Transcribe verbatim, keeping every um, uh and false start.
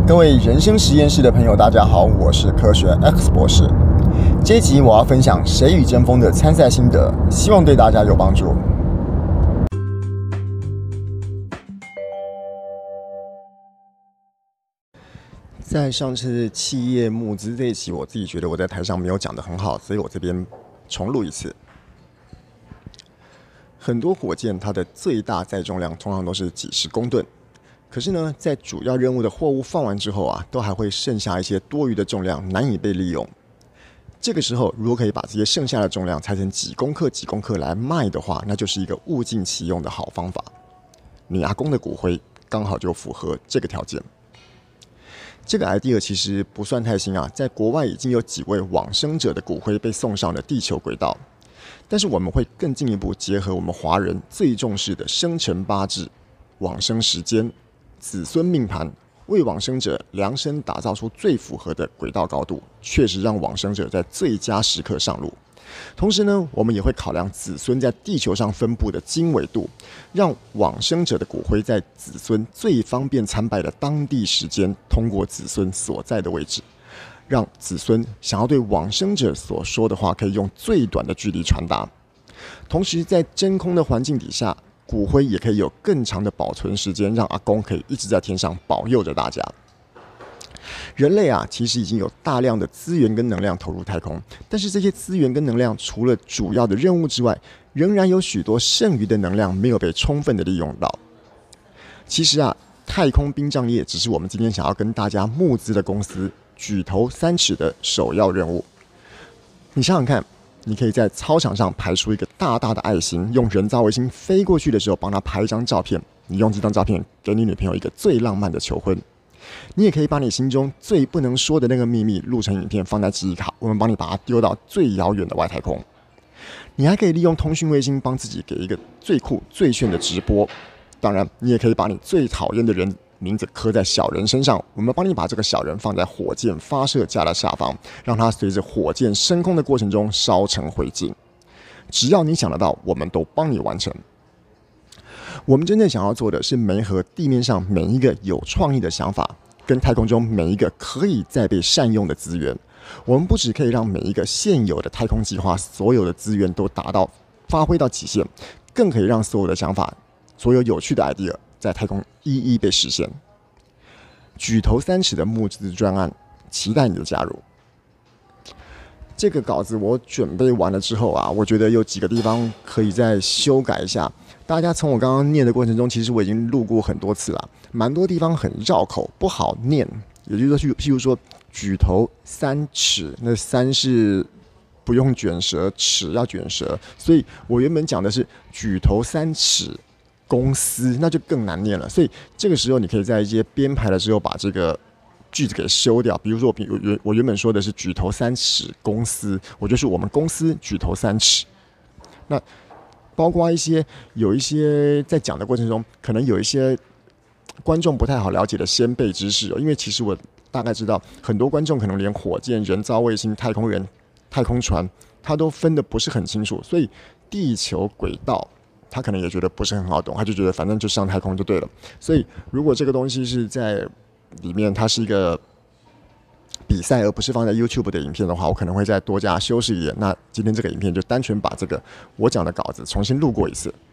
各位人生实验室的朋友，大家好，我是科学 X 博士。这一集我要分享谁与争锋的参赛心得，希望对大家有帮助。在上次企业募资这一期，我自己觉得我在台上没有讲得很好，所以我这边重录一次。很多火箭它的最大载重量通常都是几十公吨。可是呢，在主要任务的货物放完之后啊，都还会剩下一些多余的重量，难以被利用。这个时候，如果可以把这些剩下的重量拆成几公克、几公克来卖的话，那就是一个物尽其用的好方法。你阿公的骨灰刚好就符合这个条件。这个 idea 其实不算太新啊，在国外已经有几位往生者的骨灰被送上了地球轨道。但是我们会更进一步结合我们华人最重视的生辰八字、往生时间、子孙命盘，为往生者量身打造出最符合的轨道高度，确实让往生者在最佳时刻上路。同时呢，我们也会考量子孙在地球上分布的经纬度，让往生者的骨灰在子孙最方便参拜的当地时间，通过子孙所在的位置，让子孙想要对往生者所说的话，可以用最短的距离传达。同时，在真空的环境底下，骨灰也可以有更长的保存时间，让阿公可以一直在天上保佑着大家。人类啊，其实已经有大量的资源跟能量投入太空，但是这些资源跟能量除了主要的任务之外，仍然有许多剩余的能量没有被充分的利用到。其实啊，太空殡葬业只是我们今天想要跟大家募资的公司举头三尺的首要任务。你想想看，你可以在操场上排出一个大大的爱心，用人造卫星飞过去的时候帮他拍一张照片，你用这张照片给你女朋友一个最浪漫的求婚。你也可以把你心中最不能说的那个秘密录成影片放在记忆卡，我们帮你把它丢到最遥远的外太空。你还可以利用通讯卫星帮自己给一个最酷最炫的直播。当然，你也可以把你最讨厌的人名字刻在小人身上，我们帮你把这个小人放在火箭发射架的下方，让它随着火箭升空的过程中烧成灰烬。只要你想得到，我们都帮你完成。我们真正想要做的是媒合地面上每一个有创意的想法，跟太空中每一个可以再被善用的资源。我们不只可以让每一个现有的太空计划所有的资源都达到发挥到极限，更可以让所有的想法、所有有趣的 idea 在太空一一被实现。举头三尺的募资专案，期待你的加入。这个稿子我准备完了之后啊，我觉得有几个地方可以再修改一下。大家从我刚刚念的过程中，其实我已经录过很多次了，蛮多地方很绕口，不好念。也就是说，譬如说举头三尺，那三是不用卷舌，尺要卷舌，所以我原本讲的是举头三尺公司，那就更难念了。所以这个时候，你可以在一些编排的时候把这个句子给修掉。比如说我我原本说的是举头三尺公司，我就是我们公司举头三尺。那包括一些有一些在讲的过程中，可能有一些观众不太好了解的先辈知识，因为其实我大概知道很多观众可能连火箭、人造卫星、太空人、太空船，他都分得不是很清楚，所以地球轨道他可能也觉得不是很好懂，他就觉得反正就上太空就对了。所以如果这个东西是在里面，它是一个比赛，而不是放在 YouTube 的影片的话，我可能会再多加修饰一点。那今天这个影片就单纯把这个我讲的稿子重新录过一次。